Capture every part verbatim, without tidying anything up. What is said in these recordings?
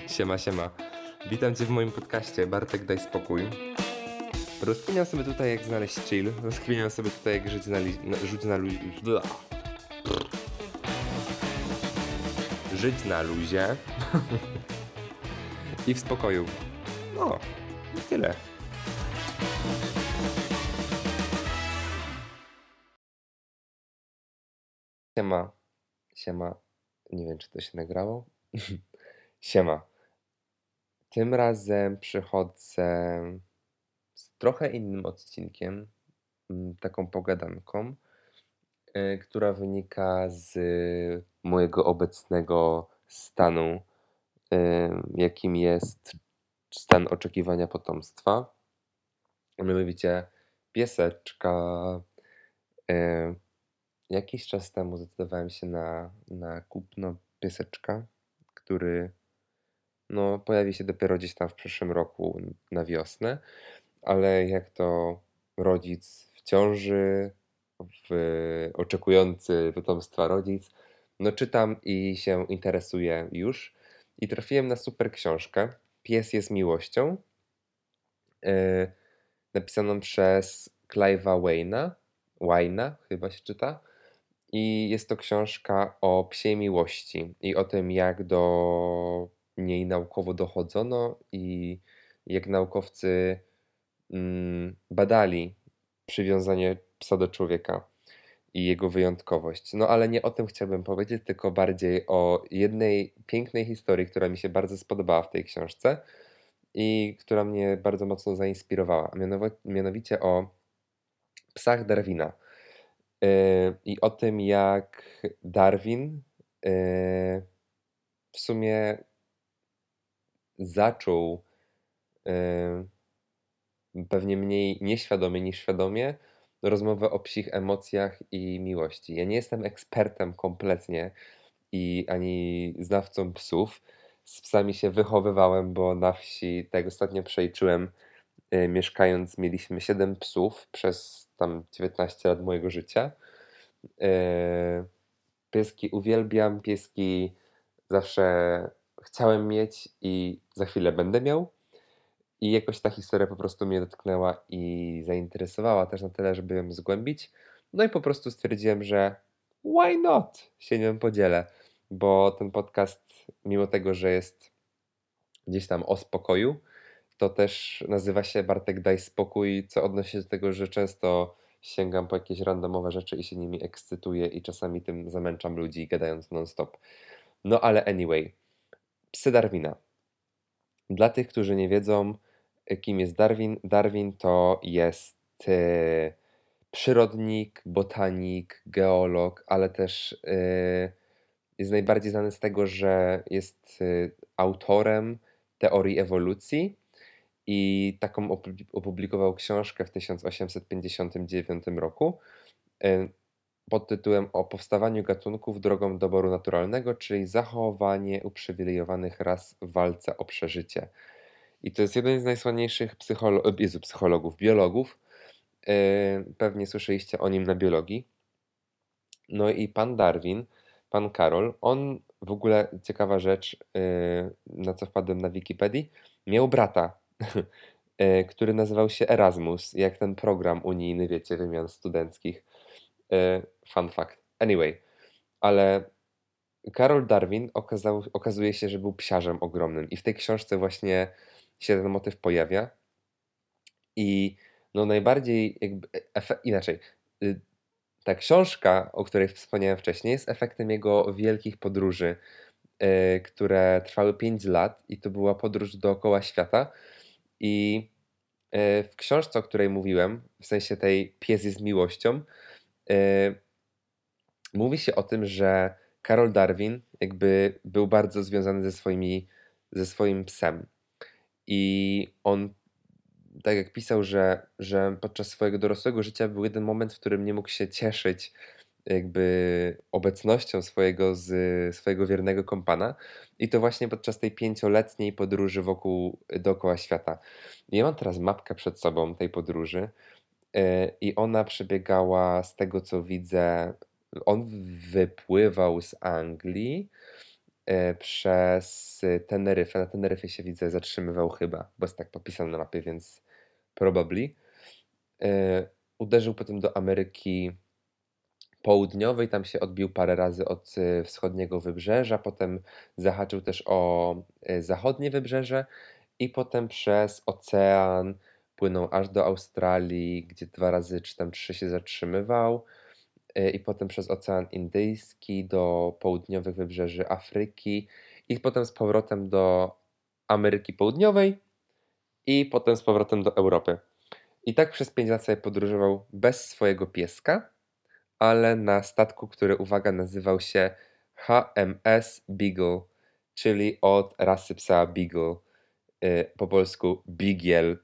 Siema, siema. Witam Cię w moim podcaście. Bartek, daj spokój. Rozkminiam sobie tutaj, jak znaleźć chill. Rozkminiam sobie tutaj, jak żyć na, li- na, rzuć na luzie. Żyć na luzie. I w spokoju. No, i tyle. Siema. Siema. Nie wiem, czy to się nagrało. Siema. Tym razem przychodzę z trochę innym odcinkiem, mm, taką pogadanką, y, która wynika z mojego obecnego stanu, y, jakim jest stan oczekiwania potomstwa. Mianowicie pieseczka. y, Jakiś czas temu zdecydowałem się na, na kupno pieseczka, który no, pojawi się dopiero gdzieś tam w przyszłym roku na wiosnę, ale jak to rodzic w ciąży, w oczekujący potomstwa rodzic, no czytam i się interesuję już i trafiłem na super książkę Pies jest miłością, yy, napisaną przez Clive'a Wayna, Wayna chyba się czyta, i jest to książka o psiej miłości i o tym, jak do niej naukowo dochodzono i jak naukowcy mm, badali przywiązanie psa do człowieka i jego wyjątkowość. No ale nie o tym chciałbym powiedzieć, tylko bardziej o jednej pięknej historii, która mi się bardzo spodobała w tej książce i która mnie bardzo mocno zainspirowała. a mianowo- Mianowicie o psach Darwina. Yy, I o tym, jak Darwin yy, w sumie zaczął yy, pewnie mniej nieświadomie niż świadomie rozmowę o psich emocjach i miłości. Ja nie jestem ekspertem kompletnie i ani znawcą psów. Z psami się wychowywałem, bo na wsi, tak jak ostatnio przeliczyłem, yy, mieszkając, mieliśmy siedem psów przez tam dziewiętnaście lat mojego życia. Yy, Pieski uwielbiam, pieski zawsze chciałem mieć i za chwilę będę miał. I jakoś ta historia po prostu mnie dotknęła i zainteresowała też na tyle, żeby ją zgłębić. No i po prostu stwierdziłem, że why not się nią podzielę, bo ten podcast, mimo tego, że jest gdzieś tam o spokoju, to też nazywa się Bartek Daj Spokój, co odnosi się do tego, że często sięgam po jakieś randomowe rzeczy i się nimi ekscytuję i czasami tym zamęczam ludzi gadając non-stop. No ale anyway, psy Darwina. Dla tych, którzy nie wiedzą, kim jest Darwin, Darwin to jest e, przyrodnik, botanik, geolog, ale też e, jest najbardziej znany z tego, że jest e, autorem teorii ewolucji i taką opubli- opublikował książkę w tysiąc osiemset pięćdziesiątym dziewiątym roku e, pod tytułem O powstawaniu gatunków drogą doboru naturalnego, czyli zachowanie uprzywilejowanych ras w walce o przeżycie. I to jest jeden z najsłynniejszych psycholo- Jezu, psychologów, biologów. Yy, pewnie słyszeliście o nim na biologii. No i pan Darwin, pan Karol, on w ogóle ciekawa rzecz, yy, na co wpadłem na Wikipedii, miał brata, yy, który nazywał się Erasmus, jak ten program unijny, wiecie, wymian studenckich. Yy, fun fact. Anyway, ale Karol Darwin okazał, okazuje się, że był psiarzem ogromnym i w tej książce właśnie się ten motyw pojawia. I no najbardziej jakby efe inaczej, y, ta książka, o której wspomniałem wcześniej, jest efektem jego wielkich podróży, y, które trwały pięć lat i to była podróż dookoła świata. I y, w książce, o której mówiłem, w sensie tej Pies jest miłością, y, mówi się o tym, że Karol Darwin jakby był bardzo związany ze swoimi, ze swoim psem. I on tak jak pisał, że, że podczas swojego dorosłego życia był jeden moment, w którym nie mógł się cieszyć jakby obecnością swojego, z, swojego wiernego kompana i to właśnie podczas tej pięcioletniej podróży wokół, dookoła świata. I ja mam teraz mapkę przed sobą tej podróży yy, i ona przebiegała z tego, co widzę, on wypływał z Anglii, e, przez Teneryfę. Na Teneryfie się widzę zatrzymywał chyba, bo jest tak popisane na mapie, więc probably. E, Uderzył potem do Ameryki Południowej, tam się odbił parę razy od e, wschodniego wybrzeża, potem zahaczył też o e, zachodnie wybrzeże i potem przez ocean płynął aż do Australii, gdzie dwa razy czy tam trzy się zatrzymywał. e, I potem przez Ocean Indyjski do południowych wybrzeży Afryki i potem z powrotem do Ameryki Południowej i potem z powrotem do Europy. I tak przez pięć lat sobie podróżował bez swojego pieska, ale na statku, który, uwaga, nazywał się H M S Beagle, czyli od rasy psa Beagle, y, po polsku Bigiel.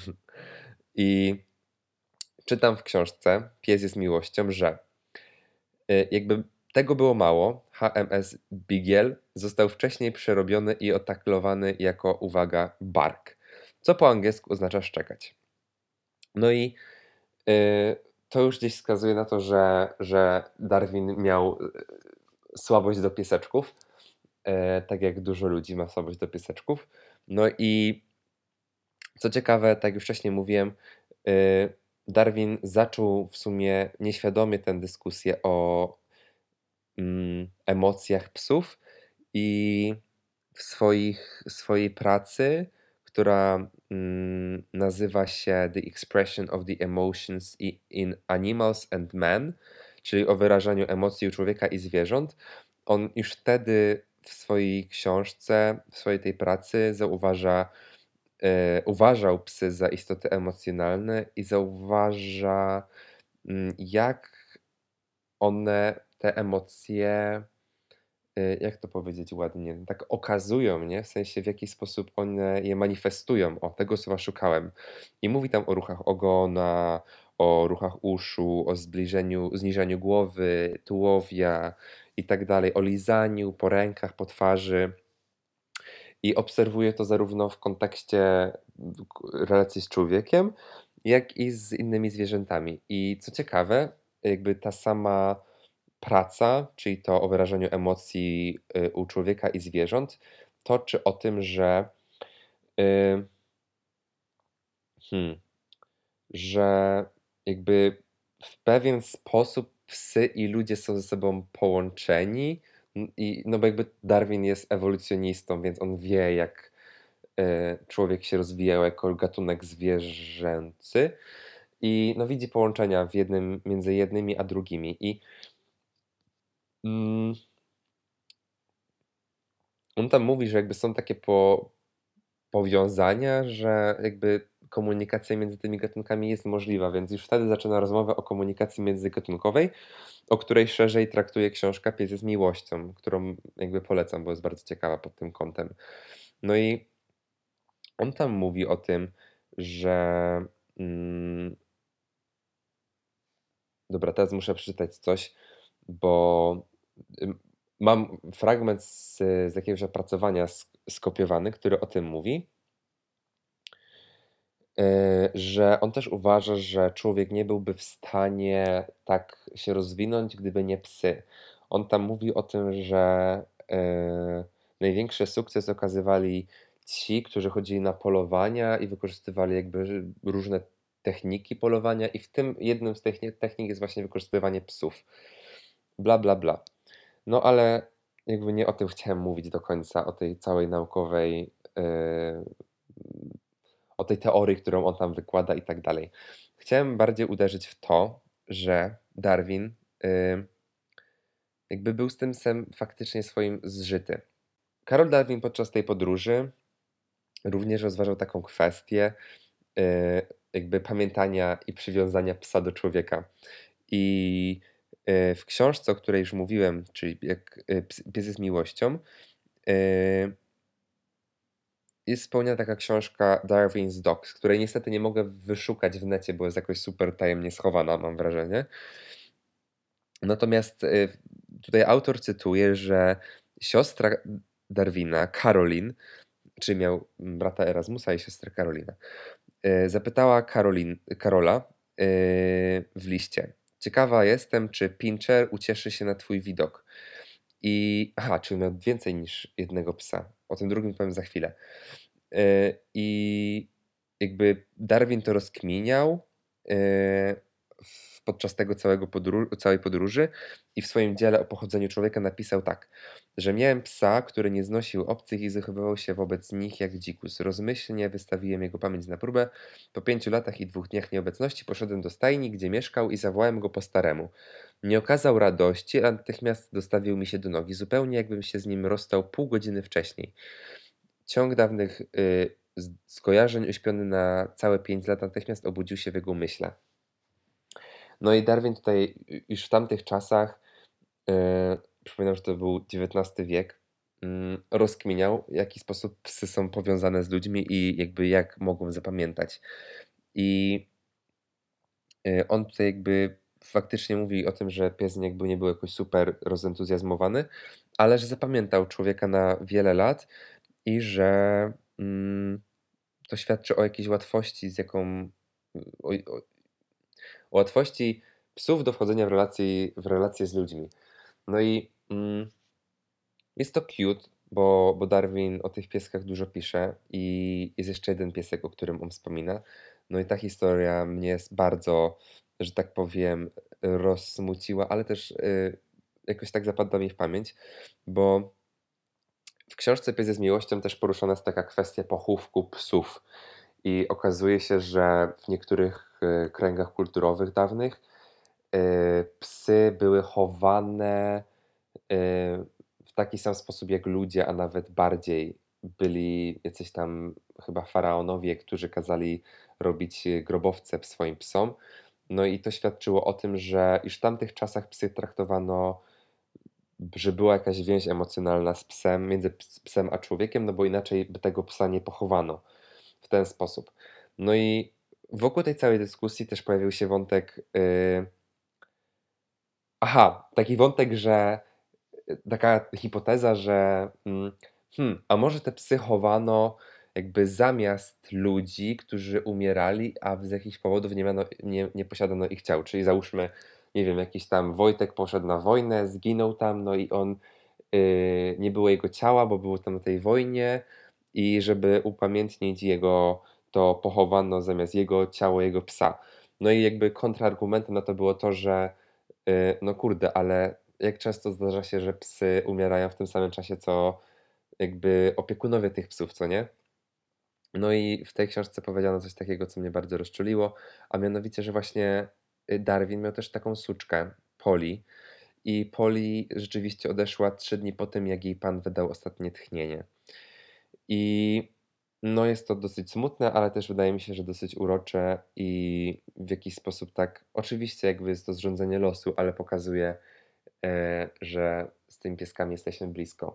I czytam w książce Pies jest miłością, że y, jakby tego było mało, H M S Bigiel został wcześniej przerobiony i otaklowany jako, uwaga, bark, co po angielsku oznacza szczekać. No i y, to już gdzieś wskazuje na to, że, że Darwin miał y, słabość do pieseczków, e, tak jak dużo ludzi ma słabość do pieseczków. No i co ciekawe, tak jak już wcześniej mówiłem, y, Darwin zaczął w sumie nieświadomie tę dyskusję o mm, emocjach psów i w swoich, swojej pracy, która mm, nazywa się The Expression of the Emotions i- in Animals and Men, czyli o wyrażaniu emocji u człowieka i zwierząt. On już wtedy w swojej książce, w swojej tej pracy zauważa, e, uważał psy za istoty emocjonalne i zauważa, mm, jak one te emocje, y, jak to powiedzieć ładnie, tak okazują, nie? W sensie w jaki sposób one je manifestują. O, tego słowa szukałem. I mówi tam o ruchach ogona, o ruchach uszu, o zbliżeniu, zniżaniu głowy, tułowia i tak dalej, o lizaniu po rękach, po twarzy. I obserwuje to zarówno w kontekście relacji z człowiekiem, jak i z innymi zwierzętami. I co ciekawe, jakby ta sama praca, czyli to o wyrażaniu emocji y, u człowieka i zwierząt, toczy o tym, że, y, hmm, że jakby w pewien sposób psy i ludzie są ze sobą połączeni. N- I no bo jakby Darwin jest ewolucjonistą, więc on wie, jak y, człowiek się rozwijał jako gatunek zwierzęcy i no widzi połączenia w jednym, między jednymi a drugimi. I mm, on tam mówi, że jakby są takie po, powiązania, że jakby komunikacja między tymi gatunkami jest możliwa, więc już wtedy zaczyna rozmowę o komunikacji międzygatunkowej, o której szerzej traktuje książka Pies jest miłością, którą jakby polecam, bo jest bardzo ciekawa pod tym kątem. No i on tam mówi o tym, że mm, dobra, teraz muszę przeczytać coś, bo ym, mam fragment z, z jakiegoś opracowania sk- skopiowany, który o tym mówi. Yy, że on też uważa, że człowiek nie byłby w stanie tak się rozwinąć, gdyby nie psy. On tam mówi o tym, że yy, największy sukces okazywali ci, którzy chodzili na polowania i wykorzystywali jakby różne techniki polowania i w tym jednym z tych technik jest właśnie wykorzystywanie psów. Bla, bla, bla. No ale jakby nie o tym chciałem mówić do końca, o tej całej naukowej yy, o tej teorii, którą on tam wykłada i tak dalej. Chciałem bardziej uderzyć w to, że Darwin y, jakby był z tym psem faktycznie swoim zżyty. Karol Darwin podczas tej podróży również rozważał taką kwestię y, jakby pamiętania i przywiązania psa do człowieka. I y, w książce, o której już mówiłem, czyli jak y, Ps- Pies jest miłością, y, jest wspomniana taka książka Darwin's Dogs, której niestety nie mogę wyszukać w necie, bo jest jakoś super tajemnie schowana, mam wrażenie. Natomiast y, tutaj autor cytuje, że siostra Darwina, Caroline, czyli miał brata Erasmusa i siostrę Karolinę, y, zapytała Karolin, Karola y, w liście: Ciekawa jestem, czy Pincher ucieszy się na twój widok. I aha, czyli miał więcej niż jednego psa. O tym drugim powiem za chwilę. Yy, I jakby Darwin to rozkminiał yy, w, podczas tego całego podró- całej podróży i w swoim dziele o pochodzeniu człowieka napisał tak, że miałem psa, który nie znosił obcych i zachowywał się wobec nich jak dzikus. Rozmyślnie wystawiłem jego pamięć na próbę. Po pięciu latach i dwóch dniach nieobecności poszedłem do stajni, gdzie mieszkał i zawołałem go po staremu. Nie okazał radości, a natychmiast dostawił mi się do nogi, zupełnie jakbym się z nim rozstał pół godziny wcześniej. Ciąg dawnych y, z- skojarzeń uśpiony na całe pięć lat natychmiast obudził się w jego myślach. No i Darwin tutaj y, już w tamtych czasach, y, przypominam, że to był dziewiętnasty wiek, mm, rozkminiał, w jaki sposób psy są powiązane z ludźmi i jakby jak mogą zapamiętać. I y, on tutaj jakby faktycznie mówi o tym, że pies jakby nie był jakoś super rozentuzjazmowany, ale że zapamiętał człowieka na wiele lat i że mm, to świadczy o jakiejś łatwości, z jaką o, o, o łatwości psów do wchodzenia w relacji, w relacje z ludźmi. No i mm, jest to cute, bo, bo Darwin o tych pieskach dużo pisze i jest jeszcze jeden piesek, o którym on wspomina. No i ta historia mnie jest bardzo, że tak powiem, rozsmuciła, ale też y, jakoś tak zapadła mi w pamięć, bo w książce Pies z miłością też poruszona jest taka kwestia pochówku psów. I okazuje się, że w niektórych y, kręgach kulturowych dawnych y, psy były chowane y, w taki sam sposób jak ludzie, a nawet bardziej. Byli jacyś tam chyba faraonowie, którzy kazali robić y, grobowce swoim psom. No i to świadczyło o tym, że już w tamtych czasach psy traktowano, że była jakaś więź emocjonalna z psem, między ps- psem a człowiekiem, no bo inaczej by tego psa nie pochowano w ten sposób. No i wokół tej całej dyskusji też pojawił się wątek. Yy... Aha, taki wątek, że taka hipoteza, że mm, hmm, a może te psy chowano jakby zamiast ludzi, którzy umierali, a z jakichś powodów nie, miano, nie, nie posiadano ich ciał. Czyli załóżmy, nie wiem, jakiś tam Wojtek poszedł na wojnę, zginął tam, no i on yy, nie było jego ciała, bo był tam na tej wojnie i żeby upamiętnić jego, to pochowano zamiast jego ciało jego psa. No i jakby kontrargumentem na to było to, że yy, no kurde, ale jak często zdarza się, że psy umierają w tym samym czasie, co jakby opiekunowie tych psów, co nie? No i w tej książce powiedziano coś takiego, co mnie bardzo rozczuliło, a mianowicie, że właśnie y, Darwin miał też taką suczkę, Polly, i Polly rzeczywiście odeszła trzy dni po tym, jak jej pan wydał ostatnie tchnienie. I no jest to dosyć smutne, ale też wydaje mi się, że dosyć urocze i w jakiś sposób tak, oczywiście jakby jest to zrządzenie losu, ale pokazuje, e, że z tymi pieskami jesteśmy blisko.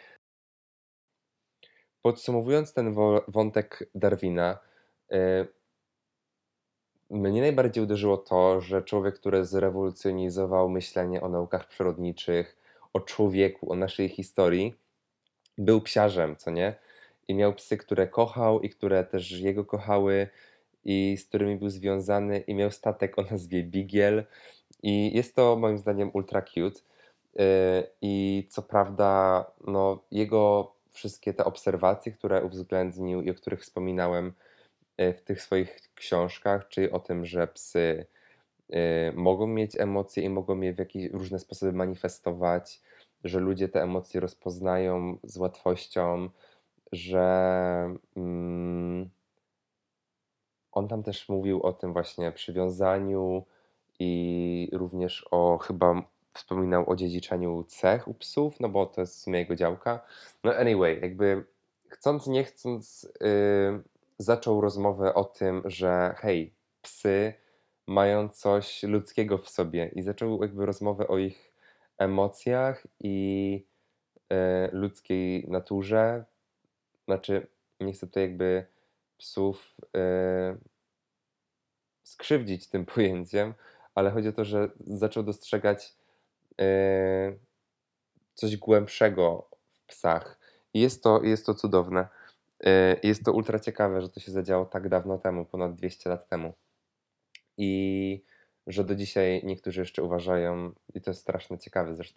Podsumowując ten wo- wątek Darwina, e, mnie najbardziej uderzyło to, że człowiek, który zrewolucjonizował myślenie o naukach przyrodniczych, o człowieku, o naszej historii, był psiarzem, co nie? I miał psy, które kochał i które też jego kochały i z którymi był związany i miał statek o nazwie Bigiel i jest to moim zdaniem ultra cute. Yy, I co prawda, no, jego wszystkie te obserwacje, które uwzględnił i o których wspominałem yy, w tych swoich książkach, czyli o tym, że psy yy, mogą mieć emocje i mogą je w jakieś różne sposoby manifestować, że ludzie te emocje rozpoznają z łatwością, że mm, on tam też mówił o tym właśnie przywiązaniu i również o chyba wspominał o dziedziczeniu cech u psów, no bo to jest w sumie jego działka. No anyway, jakby chcąc nie chcąc yy, zaczął rozmowę o tym, że hej, psy mają coś ludzkiego w sobie i zaczął jakby rozmowę o ich emocjach i yy, ludzkiej naturze. Znaczy, nie chcę tutaj jakby psów yy, skrzywdzić tym pojęciem, ale chodzi o to, że zaczął dostrzegać yy, coś głębszego w psach. I jest to, jest to cudowne. Yy, Jest to ultra ciekawe, że to się zadziało tak dawno temu, ponad dwieście lat temu. I że do dzisiaj niektórzy jeszcze uważają, i to jest strasznie ciekawe zresztą,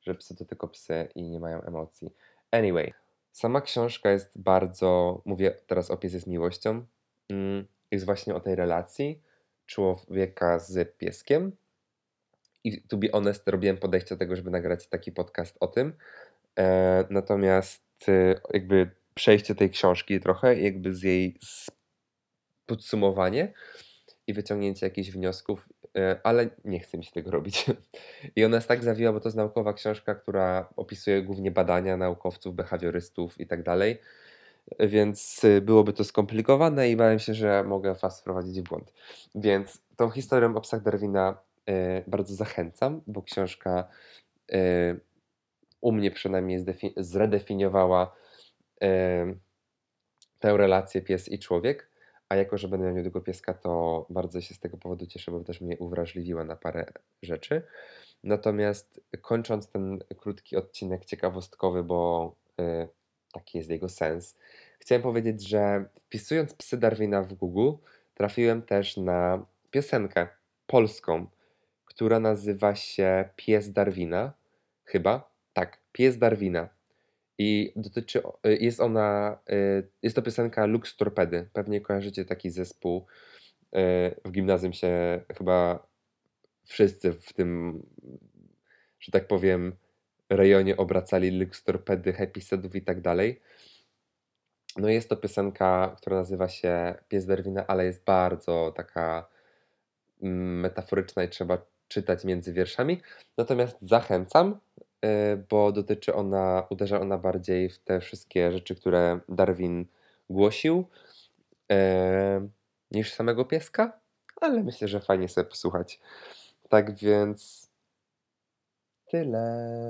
że psy to tylko psy i nie mają emocji. Anyway, sama książka jest bardzo, mówię teraz o Pies jest miłością, mm, jest właśnie o tej relacji człowieka z pieskiem. I to be honest, robiłem podejście do tego, żeby nagrać taki podcast o tym. E, natomiast e, jakby przejście tej książki trochę, jakby z jej s- podsumowanie i wyciągnięcie jakichś wniosków, e, ale nie chce mi się tego robić. I ona jest tak zawiła, bo to jest naukowa książka, która opisuje głównie badania naukowców, behawiorystów i tak dalej, więc y, byłoby to skomplikowane i bałem się, że mogę Was wprowadzić w błąd. Więc tą historią o psach Darwina y, bardzo zachęcam, bo książka y, u mnie przynajmniej zdefi- zredefiniowała y, tę relację pies i człowiek, a jako, że będę miał niedługo pieska, to bardzo się z tego powodu cieszę, bo też mnie uwrażliwiła na parę rzeczy. Natomiast kończąc ten krótki odcinek ciekawostkowy, bo y, taki jest jego sens, chciałem powiedzieć, że wpisując psy Darwina w Google, trafiłem też na piosenkę polską, która nazywa się Pies Darwina. Chyba? Tak, Pies Darwina. I dotyczy, y, jest ona, y, jest to piosenka Lux Torpedy. Pewnie kojarzycie taki zespół. Y, W gimnazjum się chyba wszyscy w tym, że tak powiem, rejonie obracali Lux Torpedy, Happy Sadów i tak dalej. No jest to piosenka, która nazywa się Pies Darwina, ale jest bardzo taka mm, metaforyczna i trzeba czytać między wierszami. Natomiast zachęcam, y, bo dotyczy ona, uderza ona bardziej w te wszystkie rzeczy, które Darwin głosił, y, niż samego pieska, ale myślę, że fajnie sobie posłuchać. Tak więc tyle.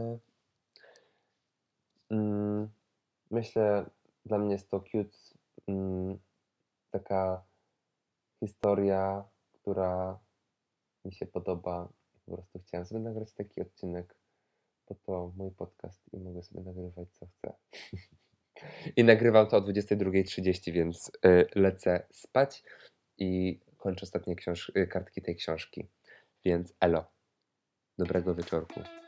Mm, Myślę, dla mnie jest to cute, mm, taka historia, która mi się podoba. Po prostu chciałem sobie nagrać taki odcinek, bo to mój podcast i mogę sobie nagrywać co chcę. I nagrywam to o dwudziestej drugiej trzydzieści, więc y, lecę spać i kończę ostatnie książ- y, kartki tej książki. Więc elo, dobrego wieczorku.